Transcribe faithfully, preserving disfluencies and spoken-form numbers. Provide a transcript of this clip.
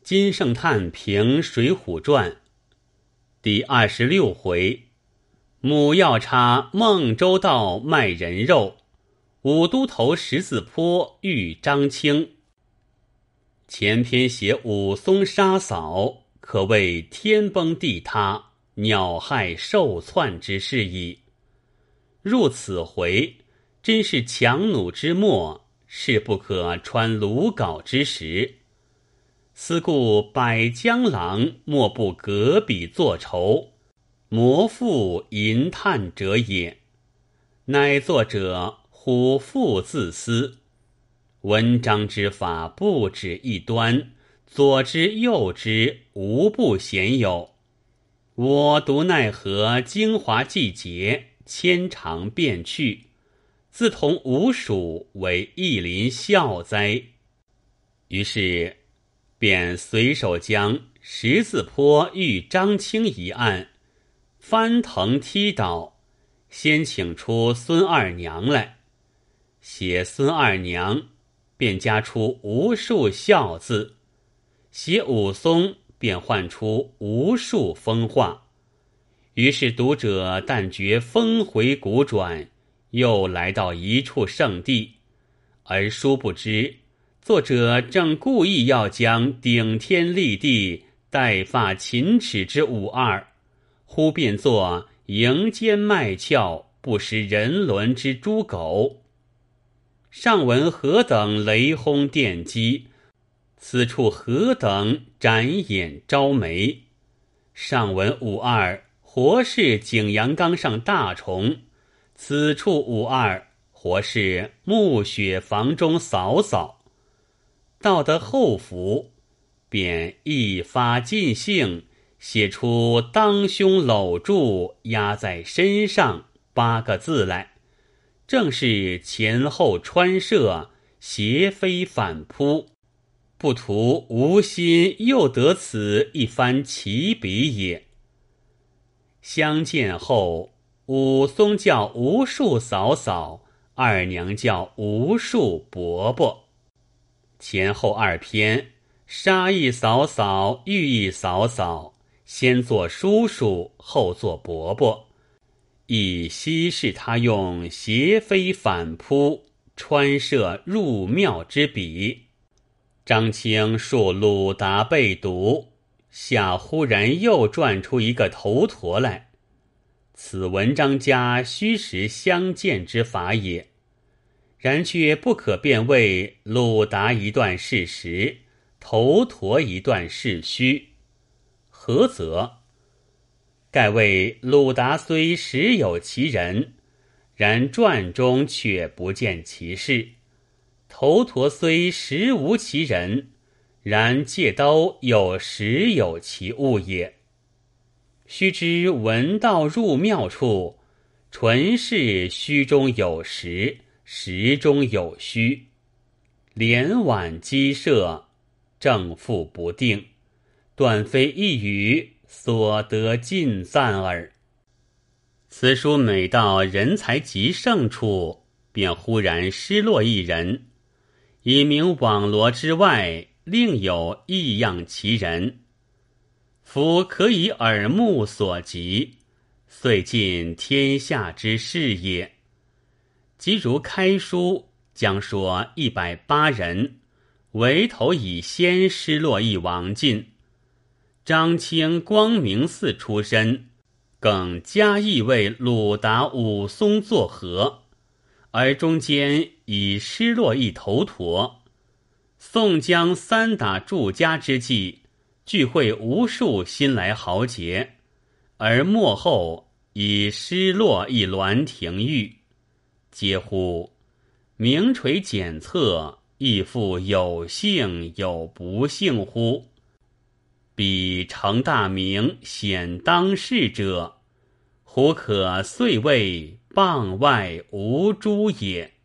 金圣叹评《水浒传》第二十六回，母要插孟州道卖人肉，五都头十字坡遇张青。前篇写武松杀嫂，可谓天崩地塌、鸟害兽窜之事矣。入此回，真是强弩之末，势不可穿鲁缟之时。思故百江郎莫不隔笔作愁，磨腹吟叹者也。乃作者虎腹自私，文章之法不止一端，左之右之无不鲜有。我独奈何精华季节，牵肠便去，自同吴蜀为一林笑哉。于是便随手将十字坡遇张青一案翻腾踢倒，先请出孙二娘来，写孙二娘便加出无数笑字，写武松便唤出无数疯话。于是读者但觉峰回谷转，又来到一处圣地，而殊不知作者正故意要将顶天立地、带发勤齿之武二，忽变作迎奸卖俏、不识人伦之猪狗。上文何等雷轰电击，此处何等展眼招眉。上文武二活是景阳冈上大虫，此处武二活是暮雪房中嫂嫂。到得后府，便一发尽兴，写出当胸搂住压在身上八个字来，正是前后穿射，斜飞反扑，不图无心又得此一番奇笔也。相见后，武松叫无数嫂嫂，二娘叫无数伯伯。前后二篇，杀一嫂嫂，遇一嫂嫂，先做叔叔，后做伯伯，以稀释他用斜飞反扑、穿射入庙之笔。张青述鲁达被毒，下忽然又转出一个头陀来，此文章家虚实相见之法也。然却不可辨为鲁达一段是实，头陀一段是虚。何则？盖谓鲁达虽实有其人，然传中却不见其事；头陀虽实无其人，然借刀又实有其物也。须知文道入庙处，纯是虚中有实，实中有虚，连晚激射，正负不定，断非一语所得尽赞耳。此书每到人才极盛处，便忽然失落一人，以明网罗之外，另有异样其人，夫可以耳目所及，遂尽天下之事也。即如开书将说一百八人，唯头以先失落一王尽。张青光明寺出身，更加意为鲁达武松作和，而中间已失落一头陀。宋江三打祝家之际，聚会无数新来豪杰，而末后已失落一栾廷玉。嗟乎！名垂检测，亦复有幸有不幸乎？彼成大名，显当世者，胡可遂谓傍外无诸也？